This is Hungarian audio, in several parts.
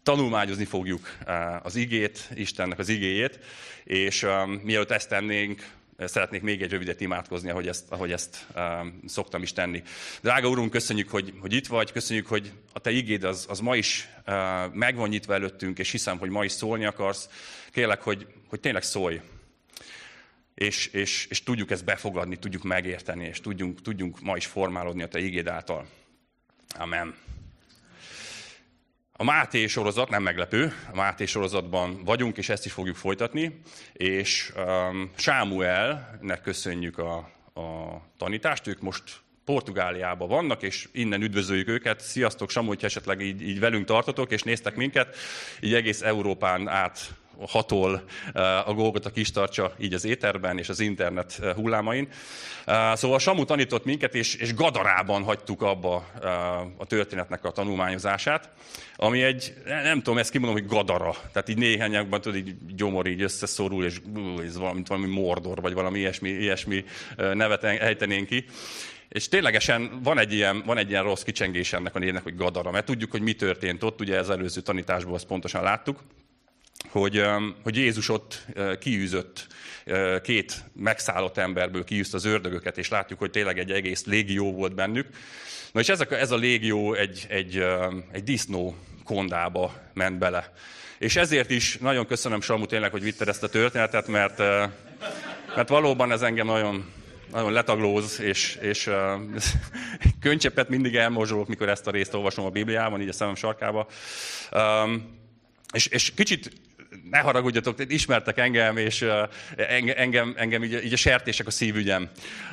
tanulmányozni fogjuk az igét, Istennek az igéjét, és mielőtt ezt tennénk, szeretnék még egy rövidet imádkozni, ahogy ezt szoktam is tenni. Drága Urunk, köszönjük, hogy itt vagy, köszönjük, hogy a Te igéd az ma is meg van nyitva előttünk, és hiszem, hogy ma is szólni akarsz. Kérlek, hogy tényleg szólj, és tudjuk ezt befogadni, tudjuk megérteni, és tudjunk ma is formálódni a Te igéd által. Amen. A Máté sorozat, nem meglepő, a Máté sorozatban vagyunk, és ezt is fogjuk folytatni, és Sámuelnek köszönjük a tanítást, ők most Portugáliában vannak, és innen üdvözöljük őket. Sziasztok, Samu, hogyha esetleg így velünk tartotok, és néztek minket, így egész Európán át hatol a Golgota kis tartsa így az éterben és az internet hullámain. Szóval Samu tanított minket, és Gadarában hagytuk abba a történetnek a tanulmányozását, ami nem tudom, ezt kimondom, hogy Gadara. Tehát így néhányakban tudod, így gyomor így összeszorul, és ez valami Mordor, vagy valami ilyesmi nevet ejtenénk ki. És ténylegesen van egy ilyen rossz kicsengés ennek a névnek, hogy Gadara, mert tudjuk, hogy mi történt ott, ugye az előző tanításból azt pontosan láttuk, hogy Jézus ott kiűzött két megszállott emberből, kiűzte az ördögöket, és látjuk, hogy tényleg egy egész légió volt bennük. Na és ez a légió egy disznó kondába ment bele. És ezért is nagyon köszönöm, Samu, tényleg, hogy vitted ezt a történetet, mert valóban ez engem nagyon, nagyon letaglóz, és könycsepet mindig elmorzsolok, mikor ezt a részt olvasom a Bibliában, így a szemem sarkába. És kicsit ne haragudjatok, ismertek engem, és engem így a sertések a szívügyem.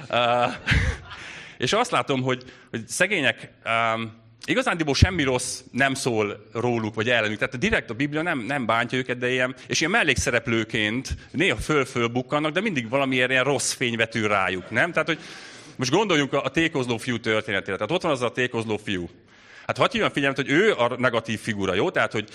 És azt látom, hogy szegények, igazándiból semmi rossz nem szól róluk, vagy ellenük. Tehát direkt a Biblia nem bántja őket, de ilyen mellékszereplőként néha föl-fölbukkannak, de mindig valamiért ilyen rossz fény vetül rájuk, nem? Tehát, hogy most gondoljunk a tékozló fiú történetére. Tehát ott van az a tékozló fiú. Hát hadd hívjam figyelmet, hogy ő a negatív figura, jó? Tehát, hogy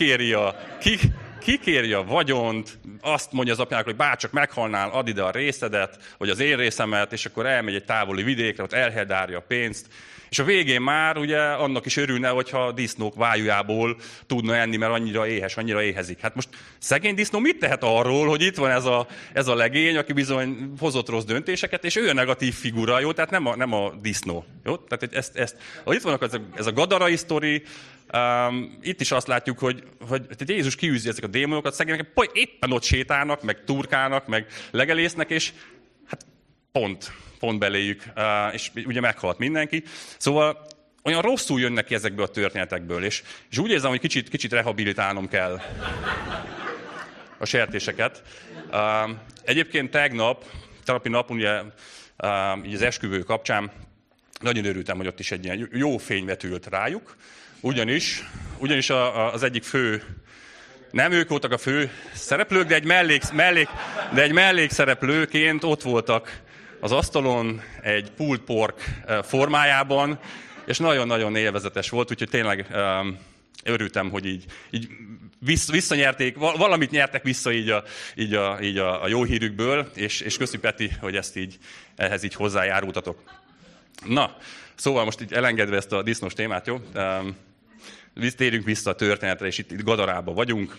kikéri a vagyont, azt mondja az apjának, hogy bárcsak meghalnál, add ide a részedet, vagy az én részemet, és akkor elmegy egy távoli vidékre, ott elhedárja a pénzt. És a végén már ugye annak is örülne, hogyha a disznók vájújából tudna enni, mert annyira éhes, annyira éhezik. Hát most szegény disznó mit tehet arról, hogy itt van ez a legény, aki bizony hozott rossz döntéseket, és ő a negatív figura, jó? Tehát nem a disznó. Jó? Tehát itt vannak ez a gadarai sztori, itt is azt látjuk, hogy Jézus kiűzi ezek a démonokat, szegények éppen ott sétálnak, meg turkálnak, meg legelésznek, és hát pont beléjük, és ugye meghalt mindenki. Szóval olyan rosszul jönnek ki ezekből a történetekből, és úgy érzem, hogy kicsit rehabilitálnom kell a sertéseket. Egyébként tegnapi napon, ugye, így az esküvő kapcsán nagyon örültem, hogy ott is egy ilyen jó fény vetült rájuk, ugyanis az egyik fő, nem ők voltak a fő szereplők, de egy mellékszereplőként ott voltak az asztalon egy pulled pork formájában, és nagyon-nagyon élvezetes volt, úgyhogy tényleg örültem, hogy így visszanyerték, valamit nyertek vissza így a jó hírükből, és köszi Peti, hogy ehhez így hozzájárultatok. Na, szóval most így elengedve ezt a disznós témát, jó? Térjünk vissza a történetre, és itt Gadarában vagyunk.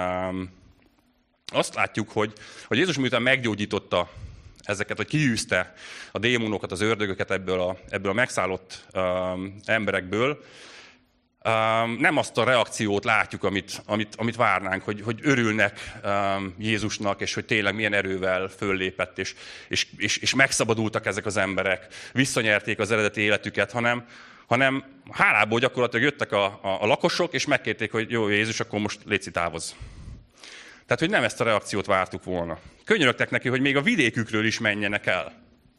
Azt látjuk, hogy Jézus miután meggyógyította ezeket, hogy kiűzte a démonokat, az ördögöket ebből a megszállott emberekből, nem azt a reakciót látjuk, amit várnánk, hogy örülnek Jézusnak, és hogy tényleg milyen erővel föllépett, és megszabadultak ezek az emberek, visszanyerték az eredeti életüket, hanem hálából gyakorlatilag jöttek a lakosok, és megkérték, hogy jó, Jézus, akkor most létszi távozz. Tehát, hogy nem ezt a reakciót vártuk volna. Könyörögtek neki, hogy még a vidékükről is menjenek el.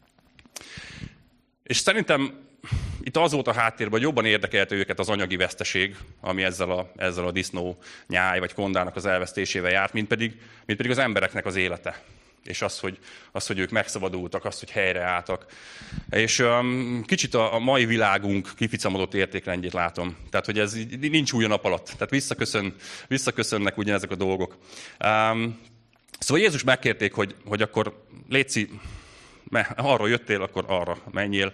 És szerintem itt az volt a háttérben, hogy jobban érdekelte őket az anyagi veszteség, ami ezzel a disznó nyáj vagy kondának az elvesztésével járt, mint pedig az embereknek az élete. És az, hogy ők megszabadultak, az, hogy helyreálltak. És kicsit a mai világunk kificamodott értékrendjét látom. Tehát, hogy ez nincs új a nap alatt. Tehát visszaköszönnek ugyanezek a dolgok. Szóval Jézus megkérték, hogy akkor létszi, arról jöttél, akkor arra menjél,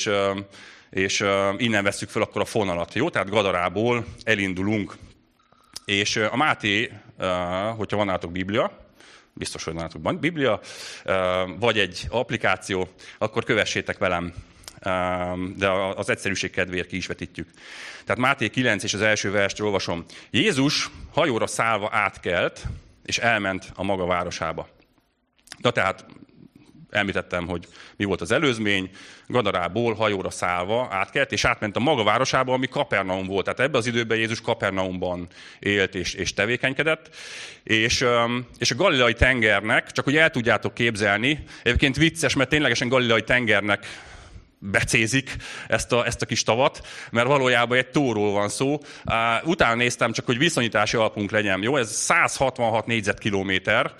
és innen vesszük fel akkor a fonalat. Jó? Tehát Gadarából elindulunk És a Máté, hogyha van nálatok Biblia, biztos, hogy nálatok Biblia, vagy egy applikáció, akkor kövessétek velem, de az egyszerűség kedvéért ki is vetítjük. Tehát Máté 9 és az első verst olvasom. Jézus hajóra szállva átkelt, és elment a maga városába. Na tehát említettem, hogy mi volt az előzmény, Gadarából hajóra szállva átkelt, és átment a maga városába, ami Kapernaum volt. Tehát ebben az időben Jézus Kapernaumban élt és tevékenykedett. És a Galileai tengernek, csak hogy el tudjátok képzelni, egyébként vicces, mert ténylegesen Galileai tengernek becézik ezt a kis tavat, mert valójában egy tóról van szó. Utána néztem, csak hogy viszonyítási alapunk legyen. Jó, ez 166 négyzetkilométer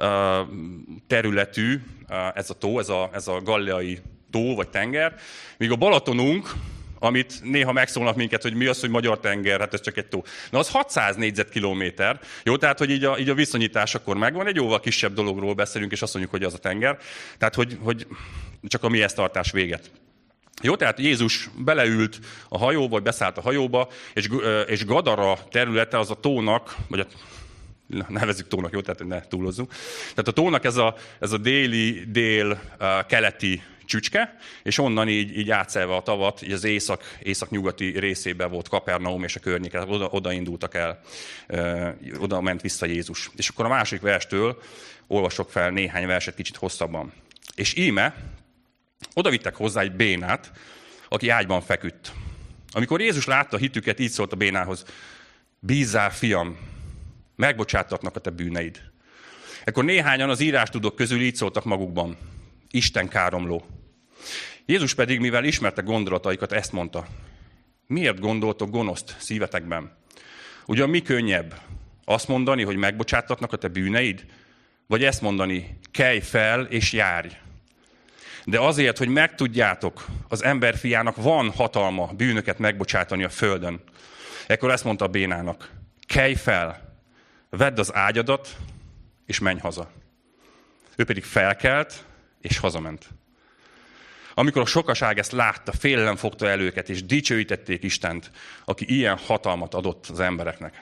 területű ez a tó, ez a Galileai tó vagy tenger, míg a Balatonunk, amit néha megszólnak minket, hogy mi az, hogy magyar tenger, hát ez csak egy tó. Na, az 600 négyzetkilométer. Jó, tehát, hogy így a viszonyítás akkor megvan, egy jóval kisebb dologról beszélünk, és azt mondjuk, hogy az a tenger. Tehát, hogy csak a mihez tartás véget. Jó, tehát Jézus beleült a hajóba, vagy beszállt a hajóba, és Gadara területe az a tónak, vagy nevezzük tónak, jó, tehát ne túlozzunk. Tehát a tónak ez a dél-keleti csücske, és onnan így átszelve a tavat, így az észak-nyugati részében volt Kapernaum és a környéke, oda indultak el, oda ment vissza Jézus. És akkor a másik verstől olvasok fel néhány verset kicsit hosszabban. És íme, oda vittek hozzá egy bénát, aki ágyban feküdt. Amikor Jézus látta a hitüket, így szólt a bénához, bízzál, fiam, megbocsátatnak a te bűneid. Ekkor néhányan az írástudók közül így szóltak magukban, Isten káromló. Jézus pedig, mivel ismerte gondolataikat, ezt mondta, miért gondoltok gonoszt szívetekben? Ugyan mi könnyebb? Azt mondani, hogy megbocsátatnak a te bűneid? Vagy ezt mondani, kelj fel és járj? De azért, hogy megtudjátok, az emberfiának van hatalma bűnöket megbocsátani a földön. Ekkor ezt mondta a bénának, kelj fel, vedd az ágyadat, és menj haza. Ő pedig felkelt, és hazament. Amikor a sokaság ezt látta, félelem fogta el őket, és dicsőítették Istent, aki ilyen hatalmat adott az embereknek.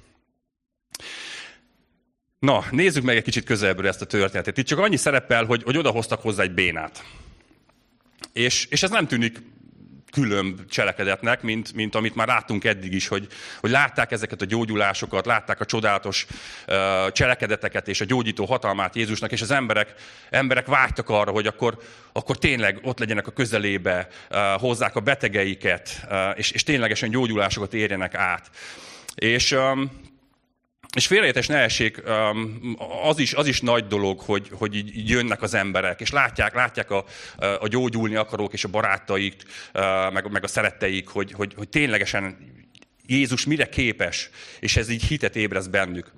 Na, nézzük meg egy kicsit közelebbről ezt a történetet. Itt csak annyi szerepel, hogy odahoztak hozzá egy bénát. És ez nem tűnik különb cselekedetnek, mint amit már láttunk eddig is, hogy látták ezeket a gyógyulásokat, látták a csodálatos cselekedeteket és a gyógyító hatalmát Jézusnak, és az emberek vágytak arra, hogy akkor tényleg ott legyenek a közelébe, hozzák a betegeiket, és ténylegesen gyógyulásokat érjenek át. És félreértés ne essék, az is nagy dolog, hogy így jönnek az emberek, és látják a gyógyulni akarók és a barátaik, meg a szeretteik, hogy ténylegesen Jézus mire képes, és ez így hitet ébreszt bennük.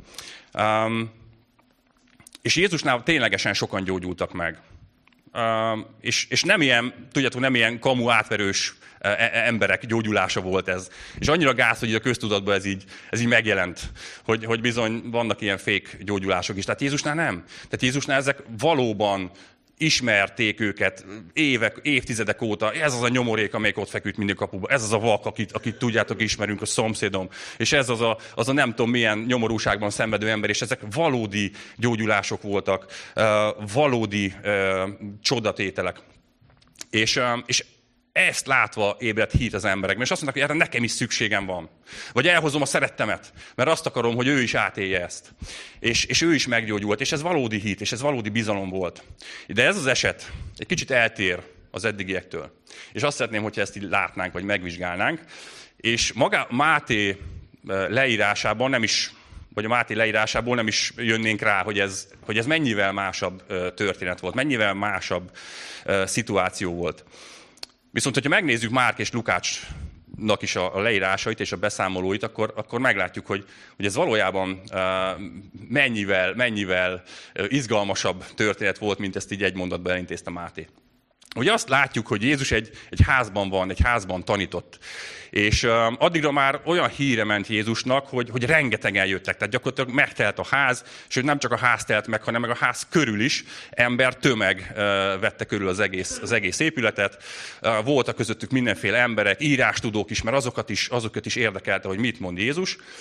És Jézusnál ténylegesen sokan gyógyultak meg. És nem ilyen, tudjátok, nem ilyen kamu átverős emberek gyógyulása volt ez. És annyira gáz, hogy a köztudatban ez így megjelent, hogy bizony vannak ilyen fake gyógyulások is. Tehát Jézusnál nem. Tehát Jézusnál ezek valóban ismerték őket évtizedek óta. Ez az a nyomorék, amelyik ott feküdt mindig kapuba. Ez az a vak, akit tudjátok, ismerünk, a szomszédom. És ez az a nem tudom milyen nyomorúságban szenvedő ember. És ezek valódi gyógyulások voltak, valódi csodatételek. És ezt látva ébredt hit az emberekben, és azt mondták, hogy erre nekem is szükségem van. Vagy elhozom a szerettemet, mert azt akarom, hogy ő is átélje ezt. És ő is meggyógyult, és ez valódi hit, és ez valódi bizalom volt. De ez az eset egy kicsit eltér az eddigiektől. És azt szeretném, hogyha ezt így látnánk, vagy megvizsgálnánk. És maga Máté leírásában nem is, vagy a Máté leírásából nem is jönnénk rá, hogy ez mennyivel másabb történet volt, mennyivel másabb szituáció volt. Viszont, hogyha megnézzük Márk és Lukácsnak is a leírásait és a beszámolóit, akkor meglátjuk, hogy ez valójában mennyivel izgalmasabb történet volt, mint ezt így egy mondatban elintézte Máté. Ugye azt látjuk, hogy Jézus egy házban van, egy házban tanított. És addigra már olyan híre ment Jézusnak, hogy rengetegen jöttek. Tehát gyakorlatilag megtelt a ház, sőt nem csak a ház telt meg, hanem meg a ház körül is tömeg vette körül az egész épületet. Voltak közöttük mindenféle emberek, írástudók is, mert azokat is érdekelte, hogy mit mond Jézus.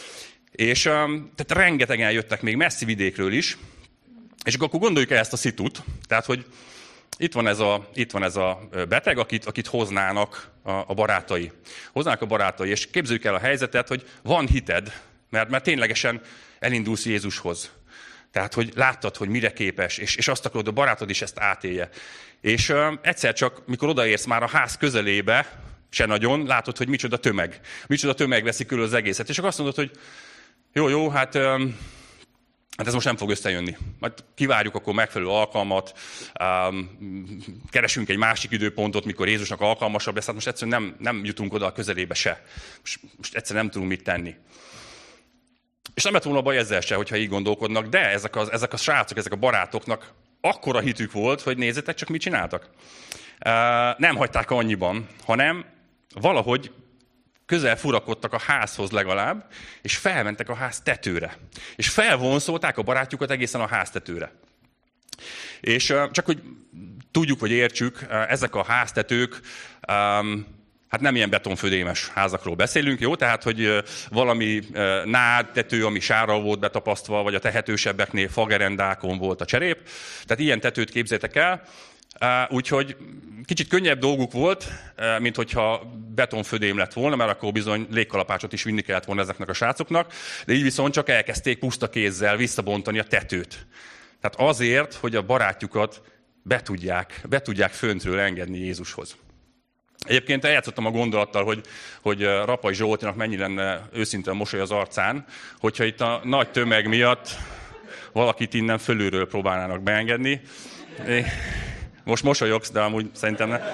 És tehát rengetegen jöttek még messzi vidékről is, és akkor gondoljuk el ezt a szitut, tehát, hogy itt van ez a beteg, akit hoznának a barátai. Hoznának a barátai, és képzeljük el a helyzetet, hogy van hited, mert ténylegesen elindulsz Jézushoz. Tehát, hogy láttad, hogy mire képes, és azt akarod, a barátod is ezt átélje. És egyszer csak, mikor odaérsz már a ház közelébe, se nagyon, látod, hogy micsoda tömeg. Micsoda tömeg veszi körül az egészet. És akkor azt mondod, hogy jó, hát ez most nem fog összejönni. Majd kivárjuk akkor megfelelő alkalmat, keresünk egy másik időpontot, mikor Jézusnak alkalmasabb lesz, hát most egyszerűen nem jutunk oda a közelébe se. Most egyszerűen nem tudunk mit tenni. És nem lett volna baj ezzel se, hogyha így gondolkodnak, de ezek a srácok, ezek a barátoknak akkora hitük volt, hogy nézzétek csak, mit csináltak. Nem hagyták annyiban, hanem valahogy közel furakodtak a házhoz legalább, és felmentek a ház tetőre. És felvonszolták a barátjukat egészen a háztetőre. És csak hogy tudjuk, vagy értsük, ezek a háztetők, hát nem ilyen betonfödémes házakról beszélünk, jó? Tehát, hogy valami nádtető, ami sárral volt betapasztva, vagy a tehetősebbeknél fagerendákon volt a cserép. Tehát ilyen tetőt képzeljétek el. Úgyhogy kicsit könnyebb dolguk volt, mint hogyha betonfödém lett volna, mert akkor bizony légkalapácsot is vinni kellett volna ezeknek a srácoknak, de így viszont csak elkezdték puszta kézzel visszabontani a tetőt. Tehát azért, hogy a barátjukat be tudják föntről engedni Jézushoz. Egyébként eljátszottam a gondolattal, hogy Rapai Zsoltinak mennyi lenne őszintén mosoly az arcán, hogyha itt a nagy tömeg miatt valakit innen fölülről próbálnának beengedni. Most mosolyogsz, de amúgy szerintem nem.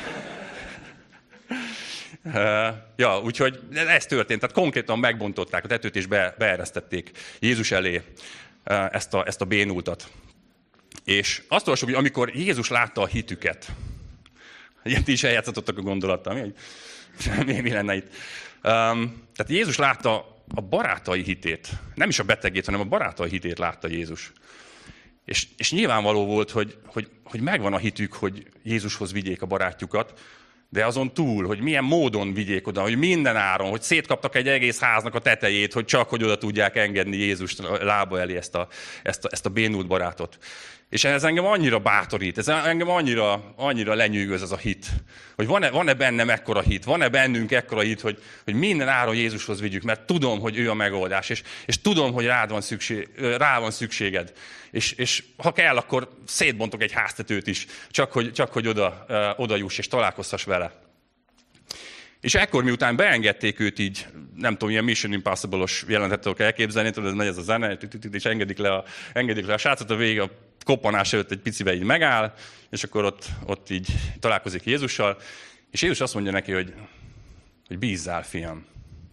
Úgyhogy ez történt. Tehát konkrétan megbontották a tetőt, és beeresztették Jézus elé ezt a bénultat. És azt olvassuk, hogy amikor Jézus látta a hitüket, ilyet is eljátszottak a gondolattal, mi lenne itt? Tehát Jézus látta a barátai hitét, nem is a betegét, hanem a barátai hitét látta Jézus. És nyilvánvaló volt, hogy megvan a hitük, hogy Jézushoz vigyék a barátjukat, de azon túl, hogy milyen módon vigyék oda, hogy minden áron, hogy szétkaptak egy egész háznak a tetejét, hogy csak hogy oda tudják engedni Jézust lába elé ezt a bénult barátot. És ez engem annyira bátorít, ez engem annyira lenyűgöz ez a hit. Hogy van-e bennem ekkora hit, van-e bennünk ekkora hit, hogy minden áron Jézushoz vigyük, mert tudom, hogy ő a megoldás, és tudom, hogy rá van szükséged. És ha kell, akkor szétbontok egy háztetőt is, csak hogy oda juss és találkozhass vele. És ekkor, miután beengedték őt így, nem tudom, ilyen Mission Impossible-os jelentetől kell elképzelni, tudod, ez megy ez a zene, és engedik le a srácot, a végig a koppanás előtt egy picivel így megáll, és akkor ott így találkozik Jézussal, és Jézus azt mondja neki, hogy bízzál, fiam.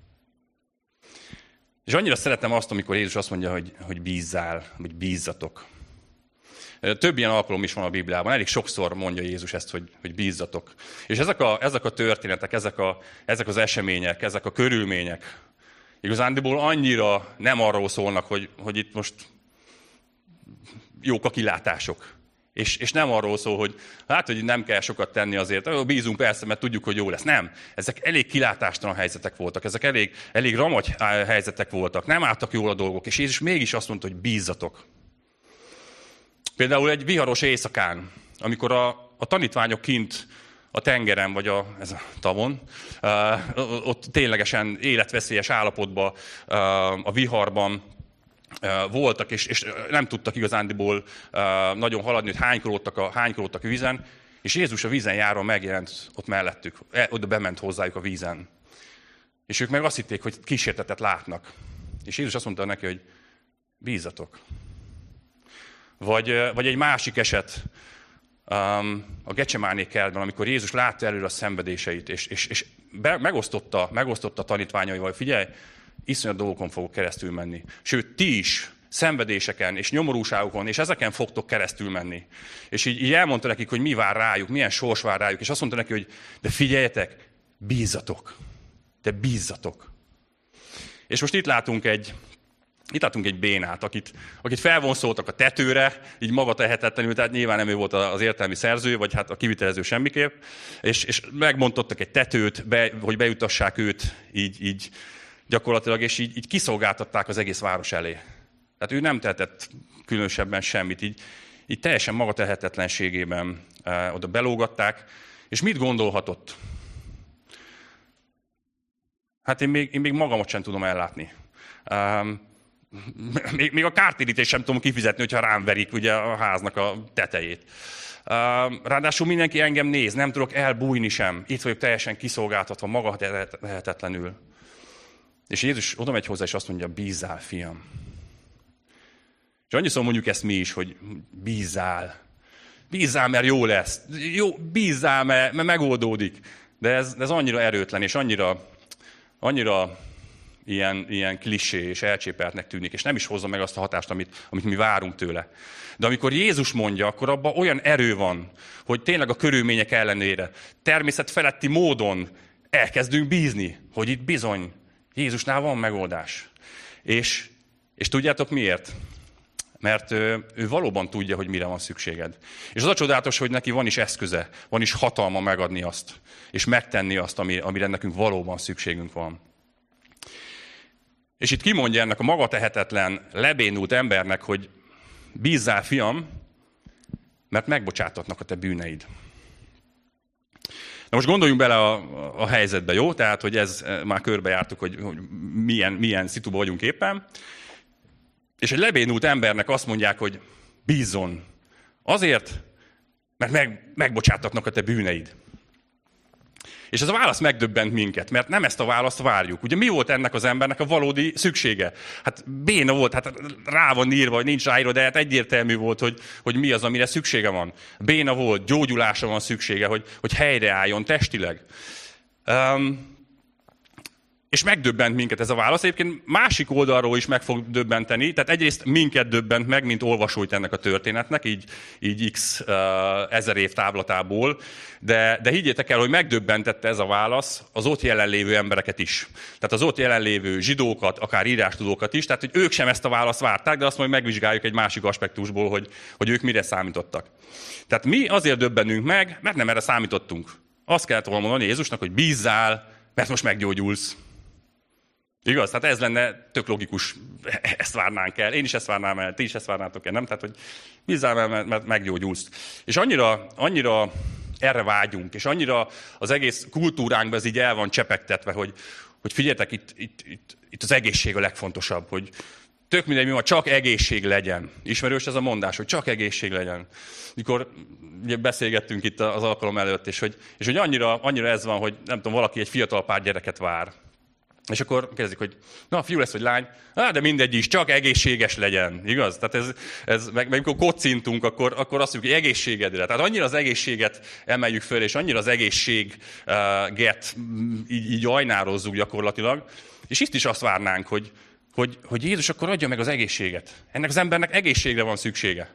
És annyira szeretem azt, amikor Jézus azt mondja, hogy bízzál, hogy bízzatok. Több ilyen alkalom is van a Bibliában, elég sokszor mondja Jézus ezt, hogy bízzatok. És ezek a történetek, ezek az események, ezek a körülmények igazándiból annyira nem arról szólnak, hogy itt most jók a kilátások. És nem arról szól, hogy hogy nem kell sokat tenni azért, bízunk persze, mert tudjuk, hogy jó lesz. Nem. Ezek elég kilátástalan helyzetek voltak, ezek elég ramagy helyzetek voltak, nem álltak jól a dolgok, és Jézus mégis azt mondta, hogy bízzatok. Például egy viharos éjszakán, amikor a tanítványok kint a tengeren, vagy ez a tavon, ott ténylegesen életveszélyes állapotban, a viharban voltak, és nem tudtak igazándiból nagyon haladni, hogy hánykolódtak a vízen, és Jézus a vízen járva megjelent ott mellettük, oda bement hozzájuk a vízen. És ők meg azt hitték, hogy kísértetet látnak. És Jézus azt mondta neki, hogy bízzatok. Vagy egy másik eset, a Gecsemáné kertben, amikor Jézus látta előre a szenvedéseit, és megosztotta a tanítványaival, figyelj, iszonyat dolgokon fogok keresztül menni. Sőt, ti is szenvedéseken és nyomorúságokon, és ezeken fogtok keresztül menni. És így elmondta nekik, hogy mi vár rájuk, milyen sors vár rájuk, és azt mondta neki, hogy de figyeljetek, bízzatok. De bízzatok. És most itt látunk egy bénát, akit felvonszoltak a tetőre, így maga tehetetlenül, tehát nyilván nem ő volt az értelmi szerző, vagy hát a kivitelező semmiképp, és megbontottak egy tetőt, hogy bejutassák őt így gyakorlatilag, és így kiszolgáltatták az egész város elé. Tehát ő nem tehetett különösebben semmit, így teljesen magatehetetlenségében oda belógatták. És mit gondolhatott? Hát én még magamat sem tudom ellátni. Még a kártérítést sem tudom kifizetni, hogyha rám verik ugye, a háznak a tetejét. Ráadásul mindenki engem néz, nem tudok elbújni sem. Itt vagyok teljesen kiszolgáltatva, magatehetetlenül. És Jézus oda megy hozzá, és azt mondja, bízzál, fiam. És annyiszor mondjuk ezt mi is, hogy bízzál. Bízzál, mert jó lesz. Jó, bízzál, mert megoldódik. De ez annyira erőtlen, és annyira ilyen klisé és elcsépeltnek tűnik, és nem is hozza meg azt a hatást, amit mi várunk tőle. De amikor Jézus mondja, akkor abban olyan erő van, hogy tényleg a körülmények ellenére természetfeletti módon elkezdünk bízni, hogy itt bizony Jézusnál van megoldás. És tudjátok miért? Mert ő valóban tudja, hogy mire van szükséged. És az a csodálatos, hogy neki van is eszköze, van is hatalma megadni azt, és megtenni azt, amire nekünk valóban szükségünk van. És itt kimondja ennek a magatehetetlen, lebénult embernek, hogy bízzál, fiam, mert megbocsátatnak a te bűneid. Na most gondoljunk bele a helyzetbe, jó? Tehát, hogy ez már körbejártuk, hogy milyen szituban vagyunk éppen. És egy lebénult embernek azt mondják, hogy bízzon. Azért, mert megbocsátatnak a te bűneid. És ez a válasz megdöbbent minket, mert nem ezt a választ várjuk. Ugye mi volt ennek az embernek a valódi szüksége? Hát béna volt, hát rá van írva, vagy nincs ráírva, de hát egyértelmű volt, hogy mi az, amire szüksége van. Béna volt, gyógyulásra van szüksége, hogy helyreálljon testileg. És megdöbbent minket ez a válasz. Egyébként másik oldalról is meg fog döbbenteni. Tehát egyrészt minket döbbent meg, mint olvasóit ennek a történetnek, így x ezer év távlatából. De higgyétek el, hogy megdöbbentette ez a válasz az ott jelenlévő embereket is. Tehát az ott jelenlévő zsidókat, akár írástudókat is. Tehát, hogy ők sem ezt a választ várták, de azt majd megvizsgáljuk egy másik aspektusból, hogy ők mire számítottak. Tehát mi azért döbbenünk meg, mert nem erre számítottunk. Azt kellett volna mondani Jézusnak, hogy bízzál, mert most meggyógyulsz. Igaz? Tehát ez lenne tök logikus, ezt várnánk el. Én is ezt várnám el, ti is ezt várnátok el, nem? Tehát, hogy bízzál el, mert meggyógyulsz. És annyira erre vágyunk, és annyira az egész kultúránkban ez így el van csepegtetve, hogy figyeljetek, itt az egészség a legfontosabb, hogy tök mindegy, mi van, csak egészség legyen. Ismerős ez a mondás, hogy csak egészség legyen. Mikor ugye beszélgettünk itt az alkalom előtt, és hogy annyira ez van, hogy nem tudom, valaki egy fiatal pár gyereket vár. És akkor kezdik, hogy na, fiú lesz, vagy lány, de mindegy is, csak egészséges legyen, igaz? Tehát meg amikor kocintunk, akkor azt mondjuk, hogy egészségedre. Tehát annyira az egészséget emeljük föl, és annyira az egészséget így ajnározzuk gyakorlatilag, és itt is azt várnánk, hogy Jézus akkor adja meg az egészséget. Ennek az embernek egészségre van szüksége.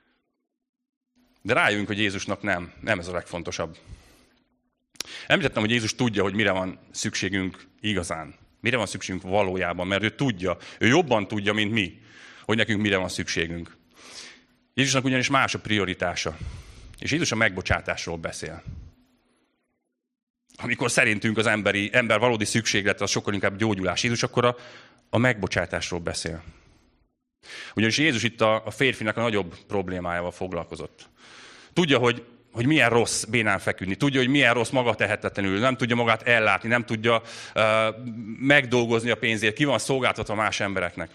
De rájövünk, hogy Jézusnak nem ez a legfontosabb. Említettem, hogy Jézus tudja, hogy mire van szükségünk igazán. Mire van szükségünk valójában, mert ő tudja, ő jobban tudja, mint mi, hogy nekünk mire van szükségünk. Jézusnak ugyanis más a prioritása. És Jézus a megbocsátásról beszél. Amikor szerintünk az ember valódi szükséglete, az sokkal inkább gyógyulás. Jézus akkor a megbocsátásról beszél. Ugyanis Jézus itt a férfinak a nagyobb problémájával foglalkozott. Tudja, hogy milyen rossz bénán feküdni, tudja, hogy milyen rossz magatehetetlenül, nem tudja magát ellátni, nem tudja megdolgozni a pénzért, ki van szolgáltatva más embereknek.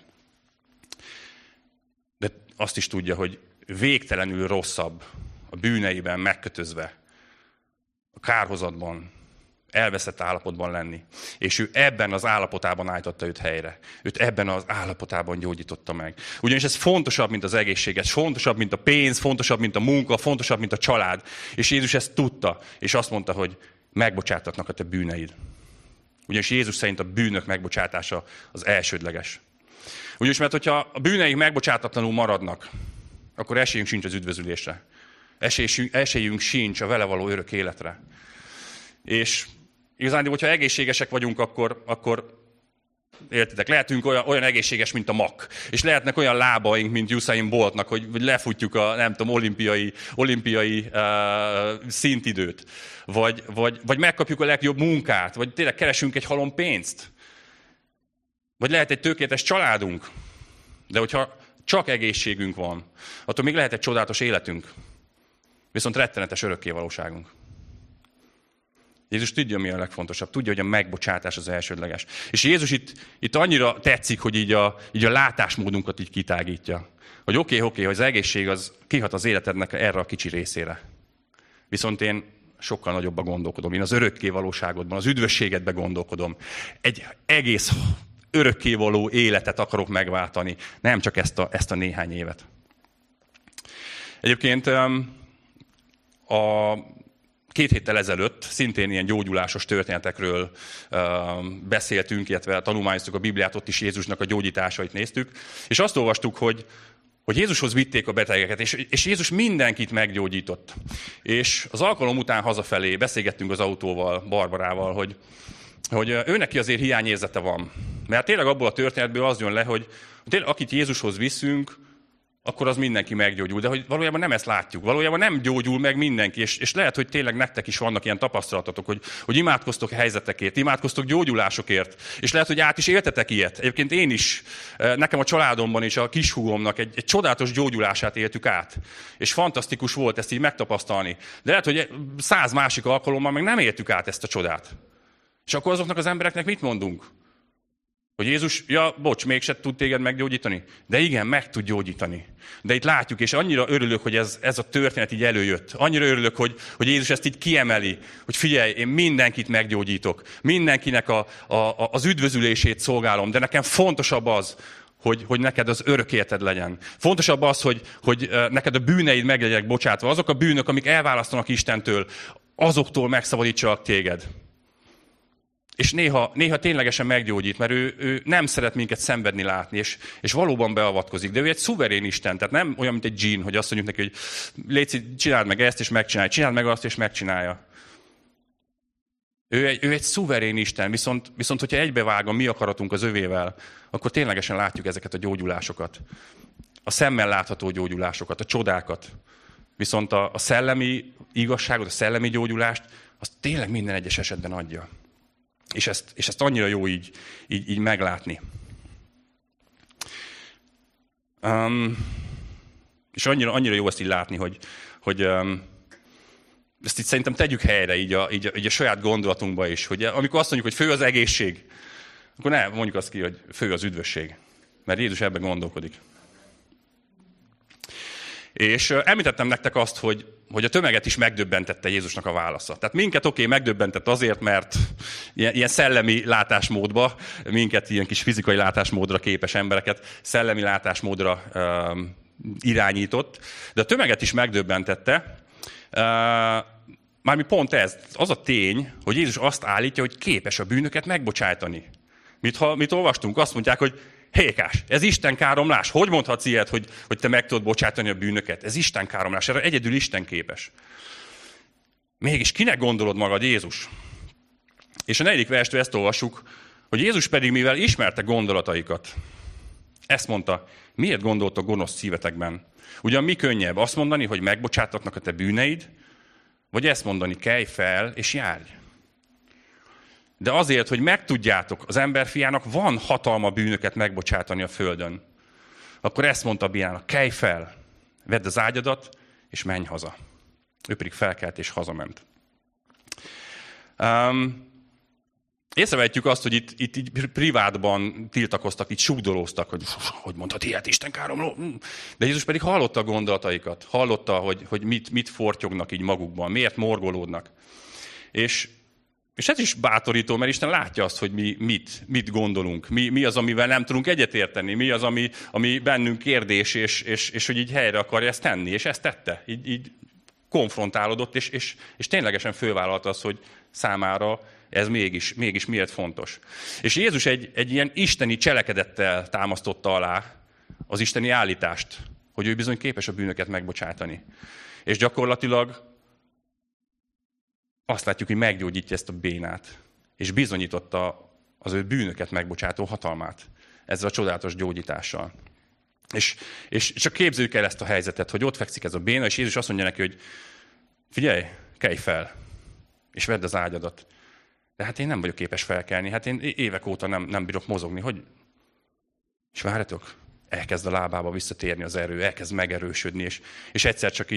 De azt is tudja, hogy végtelenül rosszabb a bűneiben megkötözve, a kárhozatban, elveszett állapotban lenni. És ő ebben az állapotában állította őt helyre. Őt ebben az állapotában gyógyította meg. Ugyanis ez fontosabb, mint az egészséget, fontosabb, mint a pénz, fontosabb, mint a munka, fontosabb, mint a család. És Jézus ezt tudta, és azt mondta, hogy megbocsátatnak a te bűneid. Ugyanis Jézus szerint a bűnök megbocsátása az elsődleges. Ugyanis, mert hogyha a bűneink megbocsátatlanul maradnak, akkor esélyünk sincs az üdvözülésre. Esélyünk sincs a vele való örök életre. És igazán, hogyha egészségesek vagyunk, akkor értitek, lehetünk olyan egészséges, mint a mak. És lehetnek olyan lábaink, mint Usain Boltnak, hogy lefutjuk a, nem tudom, olimpiai szintidőt. Vagy megkapjuk a legjobb munkát, vagy tényleg keresünk egy halom pénzt. Vagy lehet egy tökéletes családunk, de hogyha csak egészségünk van, attól még lehet egy csodálatos életünk, viszont rettenetes örökkévalóságunk. Jézus tudja, mi a legfontosabb. Tudja, hogy a megbocsátás az elsődleges. És Jézus itt annyira tetszik, hogy így a látásmódunkat így kitágítja. Hogy oké, hogy az egészség az kihat az életednek erre a kicsi részére. Viszont én sokkal nagyobban gondolkodom. Én az örökkévalóságodban, az üdvösségedben gondolkodom. Egy egész örökkévaló életet akarok megváltani. Nem csak ezt a néhány évet. Egyébként a 2 héttel ezelőtt szintén ilyen gyógyulásos történetekről beszéltünk, illetve tanulmányoztuk a Bibliát, ott is Jézusnak a gyógyításait néztük, és azt olvastuk, hogy Jézushoz vitték a betegeket, és Jézus mindenkit meggyógyított. És az alkalom után hazafelé beszélgettünk az autóval, Barbarával, hogy őneki azért hiányérzete van. Mert tényleg abból a történetből az jön le, hogy tényleg akit Jézushoz viszünk, akkor az mindenki meggyógyul. De hogy valójában nem ezt látjuk. Valójában nem gyógyul meg mindenki, és lehet, hogy tényleg nektek is vannak ilyen tapasztalatotok, hogy imádkoztok helyzetekért, imádkoztok gyógyulásokért, és lehet, hogy át is éltetek ilyet. Egyébként én is, nekem a családomban is, a kishúgomnak egy csodálatos gyógyulását éltük át. És fantasztikus volt ezt így megtapasztalni. De lehet, hogy 100 másik alkalommal meg nem éltük át ezt a csodát. És akkor azoknak az embereknek mit mondunk? Hogy Jézus, bocs, mégse tud téged meggyógyítani? De igen, meg tud gyógyítani. De itt látjuk, és annyira örülök, hogy ez a történet így előjött. Annyira örülök, hogy Jézus ezt így kiemeli, hogy figyelj, én mindenkit meggyógyítok. Mindenkinek az üdvözülését szolgálom, de nekem fontosabb az, hogy neked az örök életed legyen. Fontosabb az, hogy neked a bűneid meg legyenek bocsátva. Azok a bűnök, amik elválasztanak Istentől, azoktól megszabadítsalak téged. És néha ténylegesen meggyógyít, mert ő nem szeret minket szenvedni látni, és valóban beavatkozik. De ő egy szuverén Isten, tehát nem olyan, mint egy dzsín, hogy azt mondjuk neki, hogy légy, csináld meg ezt, és megcsinálja. Csináld meg azt, és megcsinálja. Ő egy szuverén Isten, viszont hogyha egybevág a mi akaratunk az övével, akkor ténylegesen látjuk ezeket a gyógyulásokat. A szemmel látható gyógyulásokat, a csodákat. Viszont a szellemi igazságot, a szellemi gyógyulást, azt tényleg minden egyes esetben adja. És ezt annyira jó így meglátni. És annyira jó ezt így látni, hogy ezt itt szerintem tegyük helyre így a saját gondolatunkba is, hogy amikor azt mondjuk, hogy fő az egészség, akkor ne mondjuk azt ki, hogy fő az üdvösség. Mert Jézus ebben gondolkodik. És említettem nektek azt, hogy a tömeget is megdöbbentette Jézusnak a válasza. Tehát minket megdöbbentett azért, mert ilyen szellemi látásmódba, minket ilyen kis fizikai látásmódra képes embereket szellemi látásmódra irányított, de a tömeget is megdöbbentette. Mármint pont ez, az a tény, hogy Jézus azt állítja, hogy képes a bűnöket megbocsájtani. Mit olvastunk? Azt mondják, hogy Hékás, ez Isten káromlás. Hogy mondhatsz ilyet, hogy te meg tudod bocsátani a bűnöket? Ez Isten káromlás, erre egyedül Isten képes. Mégis kinek gondolod magad, Jézus? És a 4. verstől ezt olvassuk, hogy Jézus pedig, mivel ismerte gondolataikat, ezt mondta, miért gondoltok gonosz szívetekben? Ugyan mi könnyebb azt mondani, hogy megbocsátatnak a te bűneid, vagy ezt mondani, kelj fel és járj? De azért, hogy megtudjátok, az emberfiának van hatalma bűnöket megbocsátani a földön. Akkor ezt mondta Biának, kelj fel, vedd az ágyadat, és menj haza. Ő pedig felkelt és hazament. Észrevehetjük azt, hogy itt így privátban tiltakoztak, itt súgdolóztak, hogy mondhat ilyet, Isten káromló. De Jézus pedig hallotta a gondolataikat, hallotta, hogy mit fortyognak így magukban, miért morgolódnak. És ez is bátorító, mert Isten látja azt, hogy mi mit gondolunk, mi az, amivel nem tudunk egyetérteni, mi az, ami bennünk kérdés, és hogy így helyre akarja ezt tenni, és ezt tette. Így konfrontálódott, és ténylegesen fölvállalta azt, hogy számára ez mégis miért fontos. És Jézus egy ilyen isteni cselekedettel támasztotta alá az isteni állítást, hogy ő bizony képes a bűnöket megbocsátani. És gyakorlatilag azt látjuk, hogy meggyógyítja ezt a bénát, és bizonyította az ő bűnöket megbocsátó hatalmát ezzel a csodálatos gyógyítással. És csak képzeljük el ezt a helyzetet, hogy ott fekszik ez a béna, és Jézus azt mondja neki, hogy figyelj, kelj fel, és vedd az ágyadat. De hát én nem vagyok képes felkelni, hát én évek óta nem bírok mozogni, És várjatok, elkezd a lábába visszatérni az erő, elkezd megerősödni, és egyszer csak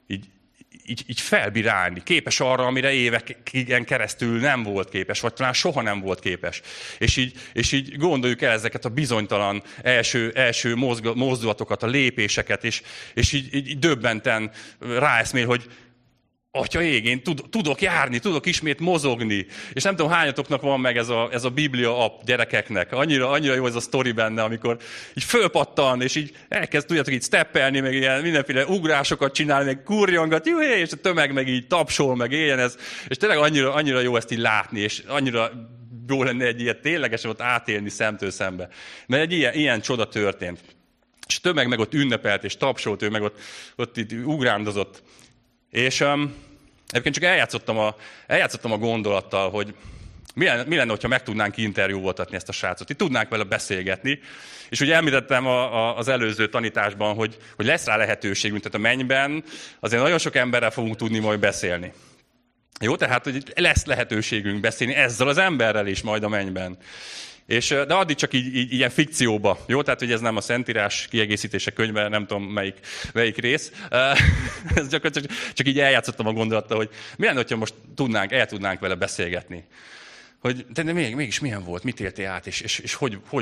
így felbírálni. Képes arra, amire éveken keresztül nem volt képes, vagy talán soha nem volt képes. És így gondoljuk el ezeket a bizonytalan első mozdulatokat, a lépéseket, és így döbbenten ráeszmél, hogy Atya ég, én tudok járni, tudok ismét mozogni. És nem tudom, hányatoknak van meg ez a Biblia app gyerekeknek. Annyira jó ez a sztori benne, amikor így fölpattan, és így elkezd, tudjátok, így steppelni, meg ilyen mindenféle ugrásokat csinálni, meg kurjongat, juhé, és a tömeg meg így tapsol, meg éljen ez. És tényleg annyira jó ezt így látni, és annyira jó lenne egy ilyet ténylegesen ott átélni szemtől szembe. Mert egy ilyen csoda történt. És a tömeg meg ott ünnepelt, és tapsolt, ő meg ott itt ugrándozott. És egyébként csak eljátszottam a gondolattal, hogy mi lenne, hogyha meg tudnánk interjúvoltatni ezt a srácot. Itt tudnánk vele beszélgetni. És ugye említettem az előző tanításban, hogy lesz rá lehetőségünk, tehát a mennyben azért nagyon sok emberrel fogunk tudni majd beszélni. Jó, tehát hogy lesz lehetőségünk beszélni ezzel az emberrel is majd a mennyben. De addig csak így ilyen fikcióba. Jó, tehát hogy ez nem a Szentírás kiegészítése könyve, nem tudom melyik rész. Ez csak így eljátszottam a gondolattal, hogy mi lenne, hogyha most el tudnánk vele beszélgetni. De mégis milyen volt, mit éltél át, és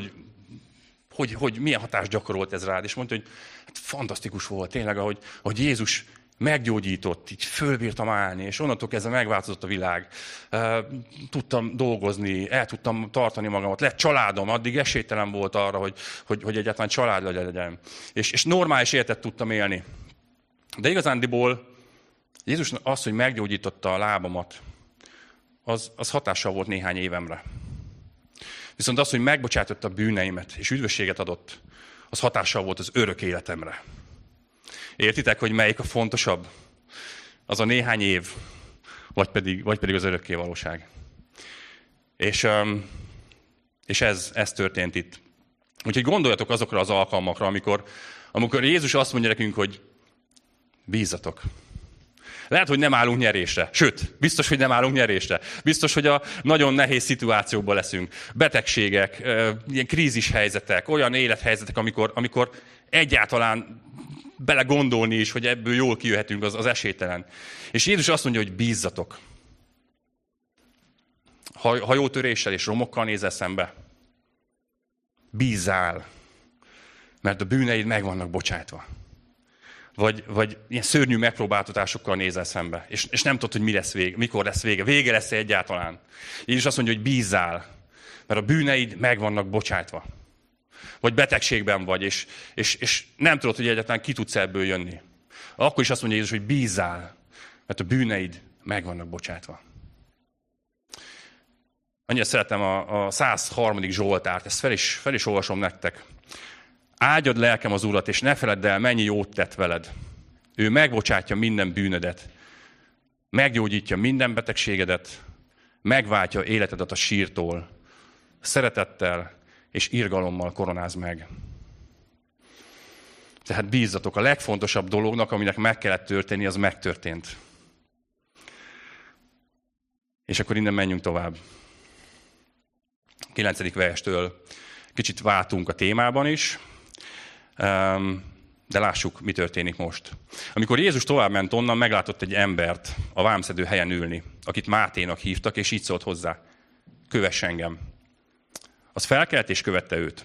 hogy milyen hatást gyakorolt ez rád. És mondta, hogy hát fantasztikus volt tényleg, ahogy Jézus meggyógyított, így fölbírtam állni, és onnantól kezdve megváltozott a világ. Tudtam dolgozni, el tudtam tartani magamat, lett családom, addig esélytelen volt arra, hogy egyáltalán család legyen. És normális életet tudtam élni. De igazándiból Jézus az, hogy meggyógyította a lábamat, az hatással volt néhány évemre. Viszont az, hogy megbocsátotta a bűneimet, és üdvösséget adott, az hatással volt az örök életemre. Értitek, hogy melyik a fontosabb? Az a néhány év, vagy pedig az örökké valóság. És ez történt itt. Úgyhogy gondoljatok azokra az alkalmakra, amikor Jézus azt mondja nekünk, hogy bízzatok. Lehet, hogy nem állunk nyerésre. Sőt, biztos, hogy nem állunk nyerésre. Biztos, hogy a nagyon nehéz szituációkban leszünk. Betegségek, ilyen krízis helyzetek, olyan élethelyzetek, amikor egyáltalán belegondolni is, hogy ebből jól kijöhetünk, az esélytelen. És Jézus azt mondja, hogy bízzatok. Hajótöréssel és romokkal nézel szembe. Bízzál, mert a bűneid meg vannak bocsátva. Vagy ilyen szörnyű megpróbáltatásokkal nézel szembe, és nem tudod, hogy mi lesz vége, mikor lesz vége. Vége lesz-e egyáltalán. Jézus azt mondja, hogy bízzál, mert a bűneid meg vannak bocsátva. Vagy betegségben vagy, és nem tudod, hogy egyáltalán ki tudsz ebből jönni. Akkor is azt mondja Jézus, hogy bízzál, mert a bűneid meg vannak bocsátva. Annyira szeretem a 103. Zsoltárt, ezt fel is olvasom nektek. Áldjad lelkem az Urat, és ne feledd el, mennyi jót tett veled. Ő megbocsátja minden bűnödet, meggyógyítja minden betegségedet, megváltja életedet a sírtól, szeretettel és irgalommal koronáz meg. Tehát bízzatok, a legfontosabb dolognak, aminek meg kellett történni, az megtörtént. És akkor innen menjünk tovább. 9. verstől kicsit váltunk a témában is, de lássuk, mi történik most. Amikor Jézus továbbment onnan, meglátott egy embert a vámszedő helyen ülni, akit Máténak hívtak, és így szólt hozzá: kövess engem. Az felkelt és követte őt.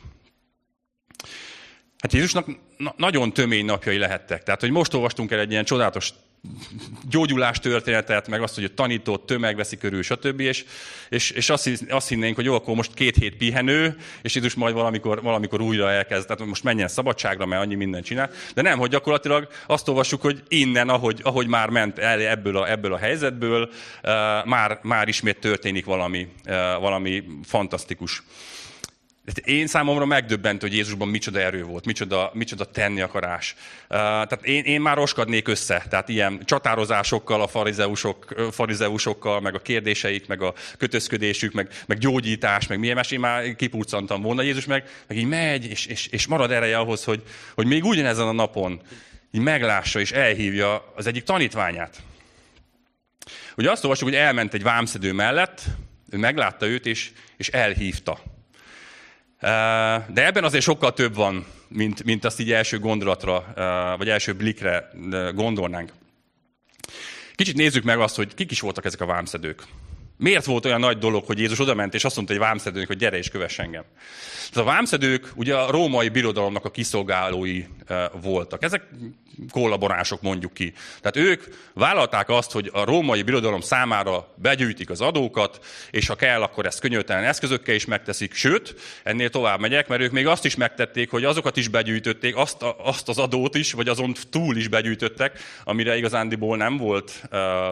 Hát Jézusnak nagyon tömény napjai lehettek. Tehát, hogy most olvastunk el egy ilyen csodálatos gyógyulás történetet, meg azt, hogy tanított, tömeg veszi körül, stb. És azt hinnénk, hogy jó, akkor most 2 hét pihenő, és Jézus majd valamikor újra elkezd, tehát most menjen szabadságra, mert annyi mindent csinál. De nem, hogy gyakorlatilag azt olvassuk, hogy innen, ahogy már ment el ebből a helyzetből, már ismét történik valami fantasztikus. Én számomra megdöbbentő, hogy Jézusban micsoda erő volt, micsoda tenni akarás. Tehát én már roskadnék össze, tehát ilyen csatározásokkal, a farizeusokkal, meg a kérdéseik, meg a kötözködésük, meg gyógyítás, meg milyen más, én már kipurcantam volna. Jézus meg így megy, és marad ereje ahhoz, hogy még ugyanezen a napon így meglássa és elhívja az egyik tanítványát. Ugye azt olvassuk, hogy elment egy vámszedő mellett, ő meglátta őt, és elhívta. De ebben azért sokkal több van, mint azt így első gondolatra, vagy első blikre gondolnánk. Kicsit nézzük meg azt, hogy kik is voltak ezek a vámszedők. Miért volt olyan nagy dolog, hogy Jézus odament, és azt mondta egy vámszedőnek, hogy gyere és kövess engem? Tehát a vámszedők ugye a római birodalomnak a kiszolgálói voltak. Ezek kollaboránsok, mondjuk ki. Tehát ők vállalták azt, hogy a római birodalom számára begyűjtik az adókat, és ha kell, akkor ezt könnyöltelen eszközökkel is megteszik. Sőt, ennél tovább megyek, mert ők még azt is megtették, hogy azokat is begyűjtötték, azt az adót is, vagy azon túl is begyűjtöttek, amire igazándiból nem volt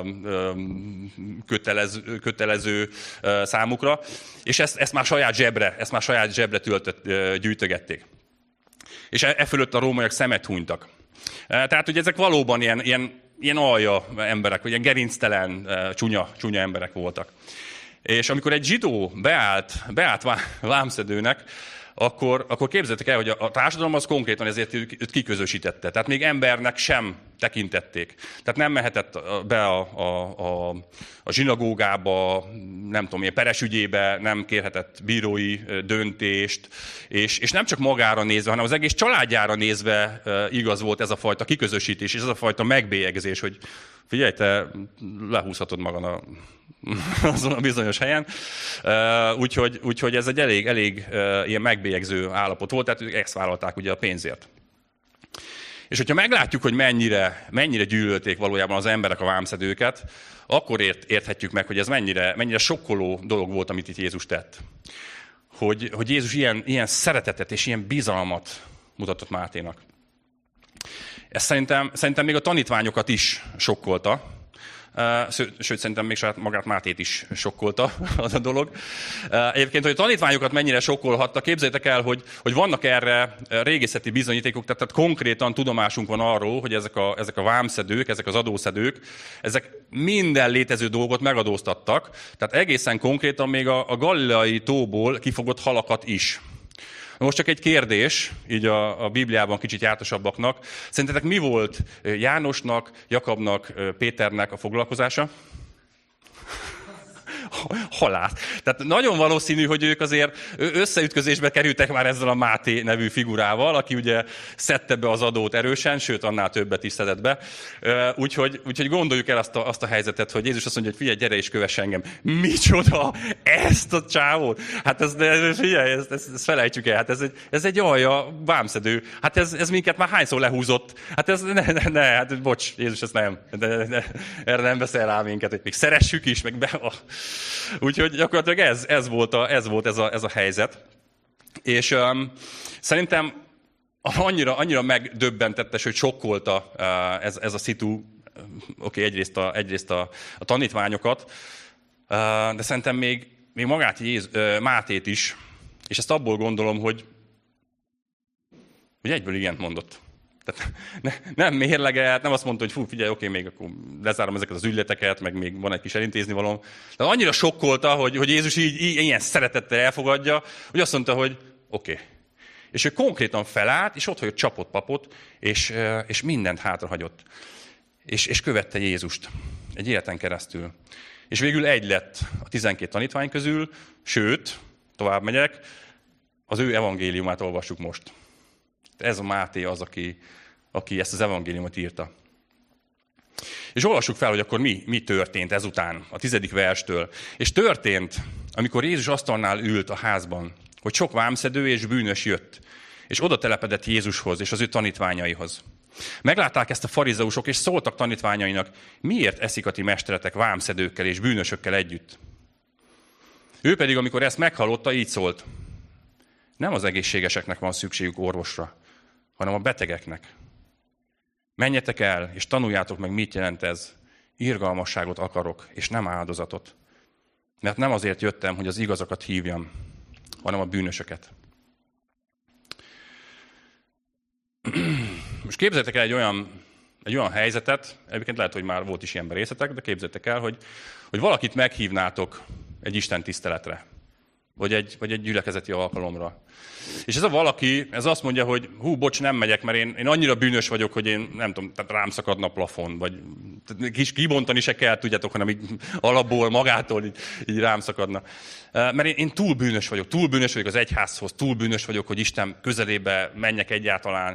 kötelező számukra, és ezt már saját zsebre gyűjtögették. És e fölött a rómaiak szemet hunytak. Tehát, hogy ezek valóban ilyen alja emberek, vagy ilyen gerinctelen, csúnya emberek voltak. És amikor egy zsidó beállt vámszedőnek, akkor képzeljétek el, hogy a társadalom az konkrétan ezért őt kiközösítette. Tehát még embernek sem tekintették. Tehát nem mehetett be a zsinagógába, nem tudom, ilyen peres ügyébe, nem kérhetett bírói döntést, és nem csak magára nézve, hanem az egész családjára nézve igaz volt ez a fajta kiközösítés, és ez a fajta megbélyegzés, hogy figyelj, te lehúzhatod magad azon a bizonyos helyen. Úgyhogy ez egy elég ilyen megbélyegző állapot volt, tehát ők ezt vállalták ugye a pénzért. És hogyha meglátjuk, hogy mennyire gyűlölték valójában az emberek a vámszedőket, akkor érthetjük meg, hogy ez mennyire sokkoló dolog volt, amit itt Jézus tett. Hogy Jézus ilyen szeretetet és ilyen bizalmat mutatott Máténak. Ez szerintem még a tanítványokat is sokkolta, sőt, szerintem még saját magát Mátét is sokkolta az a dolog. Egyébként, hogy a tanítványokat mennyire sokkolhatta, képzeljétek el, hogy vannak erre régészeti bizonyítékok, tehát konkrétan tudomásunk van arról, hogy ezek a vámszedők, ezek az adószedők, ezek minden létező dolgot megadóztattak, tehát egészen konkrétan még a Galileai tóból kifogott halakat is. Most csak egy kérdés, így a Bibliában kicsit jártasabbaknak. Szerintetek mi volt Jánosnak, Jakabnak, Péternek a foglalkozása? Halász. Tehát nagyon valószínű, hogy ők azért összeütközésbe kerültek már ezzel a Máté nevű figurával, aki ugye szedte be az adót erősen, sőt, annál többet is szedett be. Úgyhogy gondoljuk el azt a helyzetet, hogy Jézus azt mondja, hogy figyelj, gyere és kövess engem. Micsoda ezt a csávót? Hát ezt felejtsük el. Hát ez egy alja vámszedő. Hát ez minket már hányszor lehúzott? Hát ez hát bocs, Jézus, ezt nem. Erre nem beszél rá minket, hogy még szeressük is, Úgyhogy gyakorlatilag ez volt ez a helyzet. És szerintem annyira megdöbbentettes, hogy sokkolta ez a szitu, egyrészt a tanítványokat, de szerintem még magát Mátét is, és ezt abból gondolom, hogy egyből igent mondott. Tehát nem mérlegelt, nem azt mondta, hogy figyelj, még akkor lezárom ezeket az ügyleteket, meg még van egy kis elintézni valóm. Tehát annyira sokkolta, hogy Jézus így ilyen szeretettel elfogadja, hogy azt mondta, hogy oké. És ő konkrétan felállt, és ott hagyott csapott papot, és mindent hátrahagyott. És követte Jézust egy életen keresztül. És végül egy lett a 12 tanítvány közül, sőt, tovább megyek, az ő evangéliumát olvassuk most. Ez a Máté az, aki ezt az evangéliumot írta. És olvassuk fel, hogy akkor mi történt ezután, a 10. verstől. És történt, amikor Jézus asztalnál ült a házban, hogy sok vámszedő és bűnös jött, és oda telepedett Jézushoz és az ő tanítványaihoz. Meglátták ezt a farizeusok, és szóltak tanítványainak, miért eszik a ti mesteretek vámszedőkkel és bűnösökkel együtt? Ő pedig, amikor ezt meghallotta, így szólt, nem az egészségeseknek van szükségük orvosra, hanem a betegeknek. Menjetek el, és tanuljátok meg, mit jelent ez. Irgalmasságot akarok, és nem áldozatot. Mert nem azért jöttem, hogy az igazakat hívjam, hanem a bűnösöket. Most képzeljétek el egy olyan helyzetet, egyébként lehet, hogy már volt is ilyenben részletek, de képzeljétek el, hogy valakit meghívnátok egy Isten tiszteletre. vagy egy gyülekezeti alkalomra. És ez a valaki, ez azt mondja, hogy bocs, nem megyek, mert én annyira bűnös vagyok, hogy én nem tudom, tehát rám szakadna a plafon, vagy kis kibontani se kell, tudjátok, hanem így alapból, magától így rám szakadna. Mert én túl bűnös vagyok az egyházhoz, túl bűnös vagyok, hogy Isten közelébe menjek egyáltalán.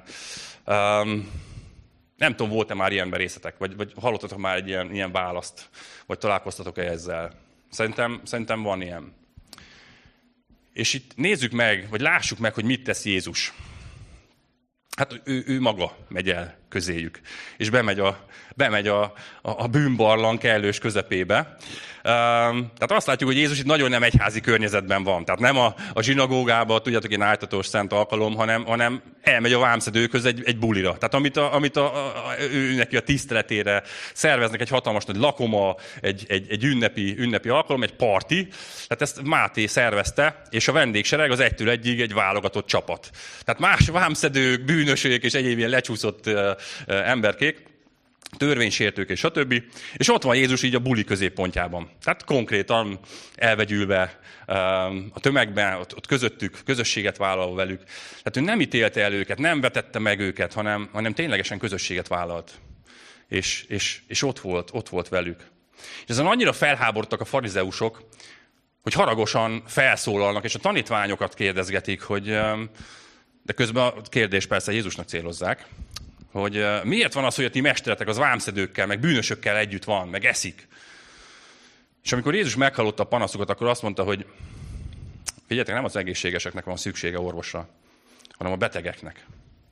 Nem tudom, volt-e már ilyenben részletek, vagy hallottatok már egy ilyen választ, vagy találkoztatok-e ezzel? Szerintem van ilyen. És itt nézzük meg, vagy lássuk meg, hogy mit tesz Jézus. Hát ő maga megy el közéjük, és bemegy a bűnbarlang kellős közepébe. Tehát azt látjuk, hogy Jézus itt nagyon nem egyházi környezetben van. Tehát nem a zsinagógában, tudjátok, egy ájtatós szent alkalom, hanem elmegy a vámszedőkhöz egy bulira. Tehát amit ő neki a tiszteletére szerveznek, egy hatalmas nagy lakoma, egy ünnepi alkalom, egy parti. Tehát ezt Máté szervezte, és a vendégsereg az 1-től 1-ig egy válogatott csapat. Tehát más vámszedők, bűnösök és egyéb ilyen lecsúszott emberkék, törvénysértők és stb. És ott van Jézus így a buli középpontjában. Tehát konkrétan elvegyülve a tömegben, ott közöttük, közösséget vállalva velük. Tehát ő nem ítélte el őket, nem vetette meg őket, hanem ténylegesen közösséget vállalt. És ott volt velük. És ezen annyira felháborodtak a farizeusok, hogy haragosan felszólalnak, és a tanítványokat kérdezgetik, de közben a kérdés persze Jézusnak célozzák, hogy miért van az, hogy a ti mesteretek az vámszedőkkel, meg bűnösökkel együtt van, meg eszik. És amikor Jézus meghallotta a panaszokat, akkor azt mondta, hogy figyeljetek, nem az egészségeseknek van szüksége orvosra, hanem a betegeknek.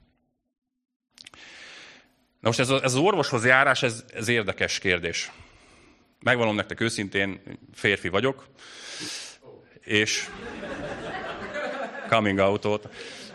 Na most ez az orvoshoz járás, ez érdekes kérdés. Megvallom nektek őszintén, férfi vagyok, és coming out-ot.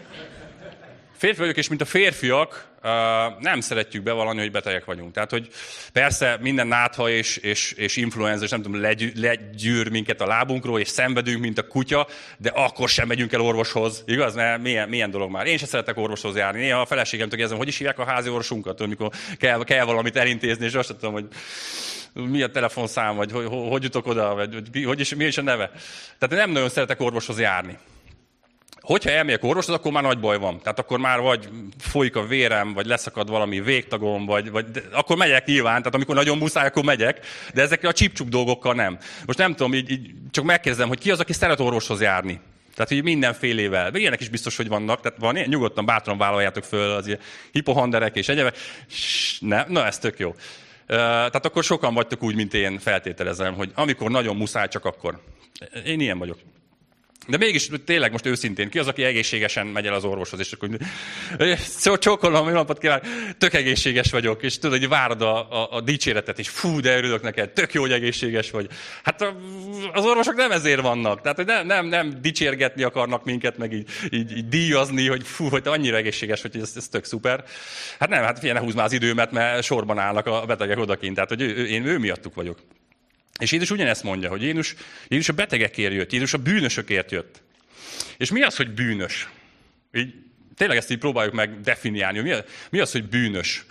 Férfi vagyok, és mint a férfiak nem szeretjük bevallani, hogy betegek vagyunk. Tehát, hogy persze minden nátha és influenza, és nem tudom, legyűr minket a lábunkról, és szenvedünk, mint a kutya, de akkor sem megyünk el orvoshoz. Igaz? Mert milyen dolog már. Én sem szeretek orvoshoz járni. Néha a feleségemtől kérdezem, hogy is hívják a házi orvosunkat, amikor kell valamit elintézni, és azt tudom, hogy mi a telefonszám, vagy hogy jutok oda, vagy mi is a neve. Tehát nem nagyon szeretek orvoshoz járni. Hogyha elmegyek orvoshoz, akkor már nagy baj van. Tehát akkor már vagy folyik a vérem, vagy leszakad valami végtagom, vagy akkor megyek nyilván, tehát amikor nagyon muszáj, akkor megyek, de ezekkel a csipcsup dolgokkal nem. Most nem tudom, így csak megkérdezem, hogy ki az, aki szeret orvoshoz járni. Tehát, hogy mindenfélével. Ilyenek is biztos, hogy vannak. Tehát van, nyugodtan, bátran vállaljátok föl az ilyen hipohonderek és egyebek. Na, ez tök jó. Tehát akkor sokan vagytok úgy, mint én, feltételezem, hogy amikor nagyon muszáj, csak akkor. Én ilyen vagyok. De mégis tényleg most őszintén, ki az, aki egészségesen megy el az orvoshoz, és akkor csókolom, jó napot kívánok, tök egészséges vagyok, és tudod, hogy várod a dicséretet, és fú, de örülök neked, tök jó, hogy egészséges vagy. Hát az orvosok nem ezért vannak, tehát hogy nem dicsérgetni akarnak minket, meg így díjazni, hogy fú, hogy te annyira egészséges vagy, hogy ez tök szuper. Hát nem, hát figyelj, ne húzd már az időmet, mert sorban állnak a betegek odakint, tehát hogy én ő miattuk vagyok. És Jézus ugyanezt mondja, hogy Jézus a betegekért jött, Jézus a bűnösökért jött. És mi az, hogy bűnös? Tényleg ezt így próbáljuk meg definiálni, mi az, hogy bűnös?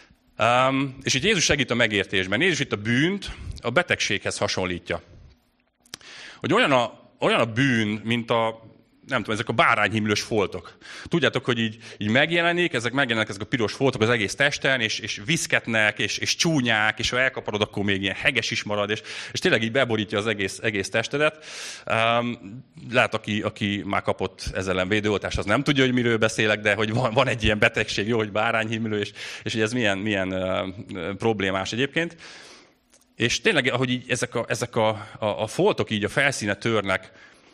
És itt Jézus segít a megértésben. Jézus itt a bűnt a betegséghez hasonlítja. Hogy olyan a bűn, mint nem tudom, ezek a bárányhimlős foltok. Tudjátok, hogy így megjelennek ezek a piros foltok az egész testen, és viszketnek, és csúnyák, és ha elkaparod, akkor még ilyen heges is marad, és tényleg így beborítja az egész testedet. Lehet, aki már kapott ezzel ellen védőoltást, az nem tudja, hogy miről beszélek, de hogy van egy ilyen betegség, jó, hogy bárányhimlő, és hogy ez milyen problémás egyébként. És tényleg, ahogy így ezek a foltok így a felszíne törnek,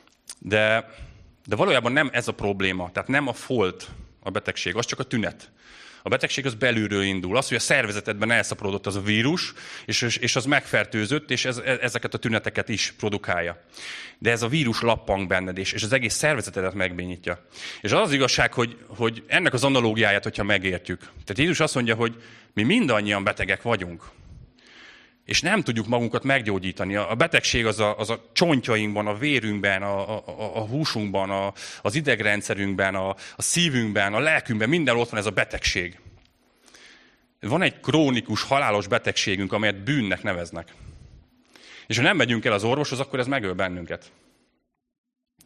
de valójában nem ez a probléma, tehát nem a folt a betegség, az csak a tünet. A betegség az belülről indul. Az, hogy a szervezetedben elszaporodott az a vírus, és az megfertőzött, és ezeket a tüneteket is produkálja. De ez a vírus lappang benned, és az egész szervezetedet megbénítja. És az igazság, hogy ennek az analógiáját, hogyha megértjük. Tehát Jézus azt mondja, hogy mi mindannyian betegek vagyunk. És nem tudjuk magunkat meggyógyítani. A betegség az a csontjainkban, a vérünkben, a húsunkban, az idegrendszerünkben, a szívünkben, a lelkünkben, minden ott van ez a betegség. Van egy krónikus, halálos betegségünk, amelyet bűnnek neveznek. És ha nem megyünk el az orvoshoz, akkor ez megöl bennünket.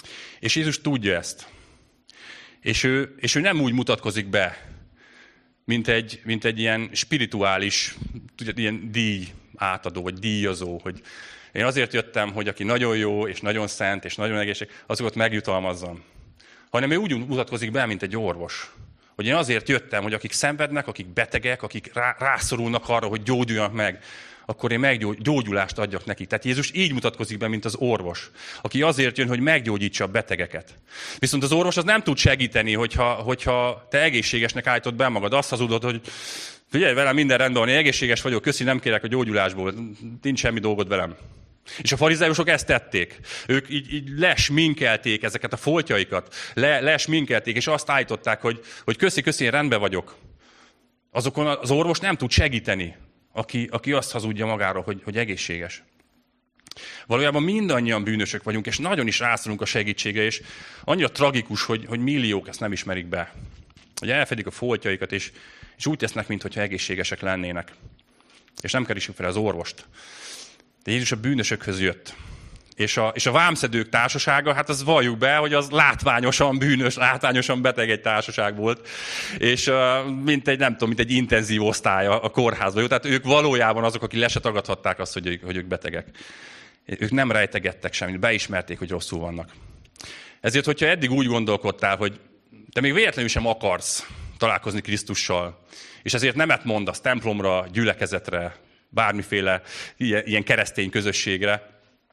És Jézus tudja ezt. És ő nem úgy mutatkozik be, mint egy ilyen spirituális, ilyen díj átadó, vagy díjazó, hogy én azért jöttem, hogy aki nagyon jó, és nagyon szent, és nagyon azokat megjutalmazzam. Hanem ő úgy mutatkozik be, mint egy orvos. Hogy én azért jöttem, hogy akik szenvednek, akik betegek, akik rászorulnak arra, hogy gyógyuljanak meg, akkor én gyógyulást adjak nekik. Tehát Jézus így mutatkozik be, mint az orvos, aki azért jön, hogy meggyógyítsa a betegeket. Viszont az orvos az nem tud segíteni, hogyha te egészségesnek állítod be magad. Azt hazudod, hogy figyelj, velem minden rendben van, én egészséges vagyok, köszi, nem kérek a gyógyulásból, nincs semmi dolgod velem. És a farizeusok ezt tették. Ők így lesminkelték ezeket a foltjaikat, lesminkelték, és azt állították, hogy köszi, én rendben vagyok. Azokon az orvos nem tud segíteni, aki azt hazudja magáról, hogy egészséges. Valójában mindannyian bűnösök vagyunk, és nagyon is rászorulunk a segítségre, és annyira tragikus, hogy milliók ezt nem ismerik be. Hogy elfedik a foltjaikat, és úgy tesznek, mintha egészségesek lennének. És nem keresik fel az orvost. De Jézus a bűnösökhöz jött. És a vámszedők társasága, hát az valljuk be, hogy az látványosan bűnös, látványosan beteg egy társaság volt. És mint egy intenzív osztály a kórházban. Jó? Tehát ők valójában azok, akik le se tagadhatták azt, hogy ők betegek. Ők nem rejtegettek semmit, beismerték, hogy rosszul vannak. Ezért, hogyha eddig úgy gondolkodtál, hogy te még véletlenül sem akarsz találkozni Krisztussal, és ezért nemet mondasz templomra, gyülekezetre, bármiféle ilyen keresztény közösségre,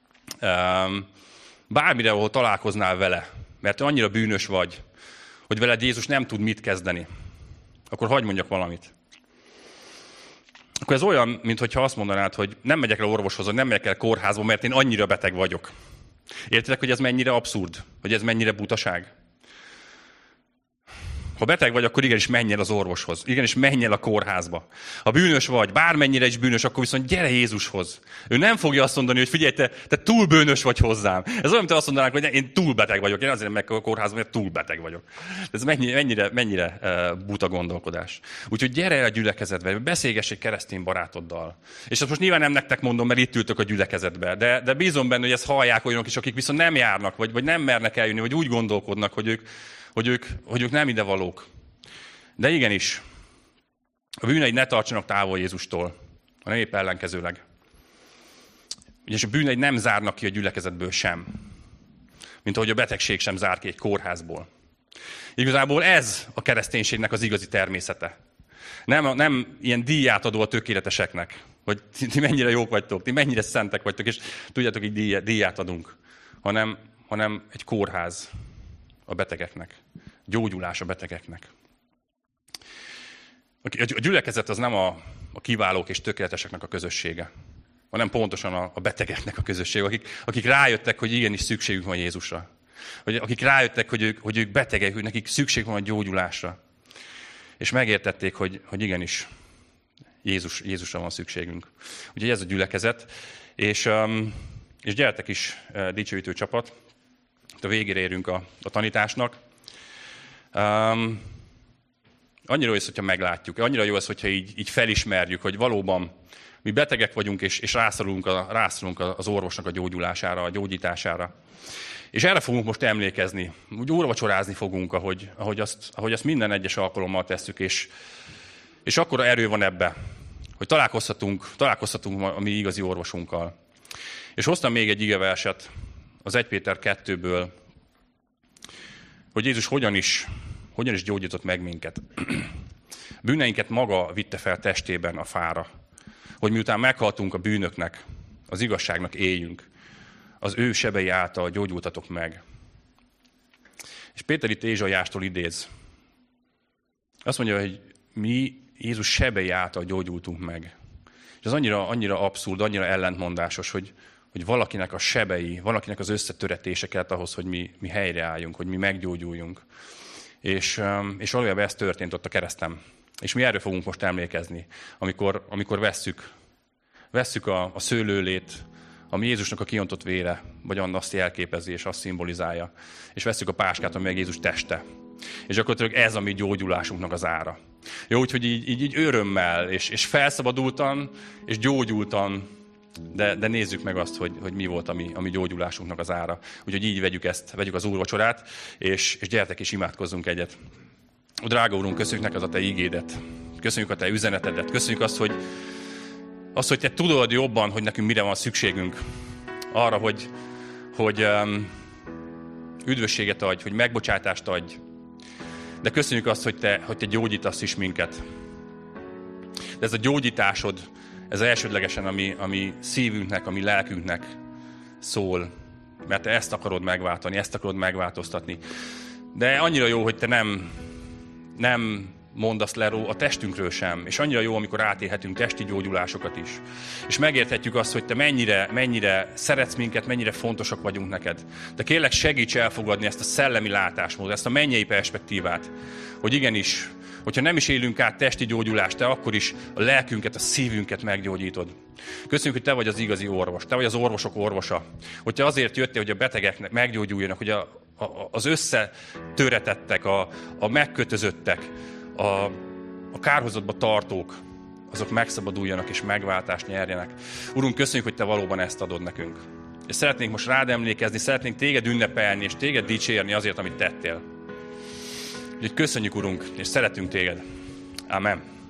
bármire, ahol találkoznál vele, mert te annyira bűnös vagy, hogy veled Jézus nem tud mit kezdeni, akkor hadd mondjak valamit. Akkor ez olyan, mintha azt mondanád, hogy nem megyek el orvoshoz, vagy nem megyek el kórházba, mert én annyira beteg vagyok. Értitek, hogy ez mennyire abszurd? Hogy ez mennyire butaság? Ha beteg vagy, akkor igenis menj el az orvoshoz. Igenis menj el a kórházba. Ha bűnös vagy, bármennyire is bűnös, akkor viszont gyere Jézushoz. Ő nem fogja azt mondani, hogy figyelj, te túl bűnös vagy hozzám. Ez olyan, mint azt mondanánk, hogy én túl beteg vagyok. Én azért nem megyek a kórházba, mert túl beteg vagyok. Ez mennyire buta gondolkodás. Úgyhogy gyere el a gyülekezetbe, beszélgess egy keresztény barátoddal. És ezt most nyilván nem nektek mondom, mert itt ültök a gyülekezetbe. De bízom benne, hogy ezt hallják olyanok is, akik viszont nem járnak, vagy nem mernek eljönni, vagy úgy gondolkodnak, hogy ők nem idevalók. De igenis, a bűneid ne tartsanak távol Jézustól, hanem épp ellenkezőleg. Ugyanis a bűneid nem zárnak ki a gyülekezetből sem, mint ahogy a betegség sem zár ki egy kórházból. Igazából ez a kereszténységnek az igazi természete. Nem ilyen díját adó a tökéleteseknek, hogy ti mennyire jók vagytok, ti mennyire szentek vagytok, és tudjátok, így díját adunk, hanem egy kórház a betegeknek, gyógyulás a betegeknek. A gyülekezet az nem a kiválók és tökéleteseknek a közössége, hanem pontosan a betegeknek a közössége, akik rájöttek, hogy igenis szükségük van Jézusra. Akik rájöttek, hogy ők betegek, hogy nekik szükség van a gyógyulásra. És megértették, hogy igenis Jézusra van szükségünk. Úgyhogy ez a gyülekezet. És gyertek is, dicsőítő csapat. A végére érünk a tanításnak. Annyira jó ez, hogyha meglátjuk. Annyira jó ez, hogyha így felismerjük, hogy valóban mi betegek vagyunk, és rászorulunk az orvosnak a gyógyulására, a gyógyítására. És erre fogunk most emlékezni. Úgy úrvacsorázni fogunk, ahogy azt minden egyes alkalommal tesszük, és akkora erő van ebbe, hogy találkozhatunk a mi igazi orvosunkkal. És hoztam még egy igeverset az 1 Péter 2-ből, hogy Jézus hogyan is gyógyított meg minket. Bűneinket maga vitte fel testében a fára, hogy miután meghaltunk a bűnöknek, az igazságnak éljünk. Az ő sebei által gyógyultatok meg. És Péter itt Ézsaiástól idéz. Azt mondja, hogy mi Jézus sebei által gyógyultunk meg. És ez annyira abszurd, annyira ellentmondásos, hogy valakinek a sebei, valakinek az összetöretése kellett ahhoz, hogy mi helyreálljunk, hogy mi meggyógyuljunk. És valójában ez történt ott a kereszten. És mi erről fogunk most emlékezni, amikor vesszük a szőlőlét, ami Jézusnak a kiontott vére, vagy azt jelképezi, és azt szimbolizálja. És vesszük a páskát, ami meg Jézus teste. És akkor ez a mi gyógyulásunknak az ára. Jó, úgyhogy így örömmel, és felszabadultan, és gyógyultan de nézzük meg azt, hogy mi volt a mi gyógyulásunknak az ára. Úgyhogy így vegyük az úrvacsorát, és gyertek és imádkozzunk egyet. Drága Úrunk, köszönjük neked a te ígédet, köszönjük a te üzenetedet, köszönjük azt, hogy te tudod jobban, hogy nekünk mire van szükségünk. Arra, hogy üdvösséget adj, hogy megbocsátást adj. De köszönjük azt, hogy te gyógyítasz is minket. De ez a gyógyításod, ez elsődlegesen a mi szívünknek, a mi lelkünknek szól. Mert te ezt akarod megváltani, ezt akarod megváltoztatni. De annyira jó, hogy te nem mondasz le a testünkről sem. És annyira jó, amikor átélhetünk testi gyógyulásokat is. És megérthetjük azt, hogy te mennyire szeretsz minket, mennyire fontosak vagyunk neked. De kérlek, segíts elfogadni ezt a szellemi látásmódot, ezt a mennyei perspektívát, hogy igenis, hogyha nem is élünk át testi gyógyulást, te akkor is a lelkünket, a szívünket meggyógyítod. Köszönjük, hogy te vagy az igazi orvos, te vagy az orvosok orvosa. Hogy te azért jöttél, hogy a betegeknek meggyógyuljanak, hogy az összetöretettek, a megkötözöttek, a kárhozatba tartók, azok megszabaduljanak és megváltást nyerjenek. Urunk, köszönjük, hogy te valóban ezt adod nekünk. És szeretnénk most rád emlékezni, szeretnénk téged ünnepelni, és téged dicsérni azért, amit tettél. Úgyhogy köszönjük, Urunk, és szeretünk téged. Amen.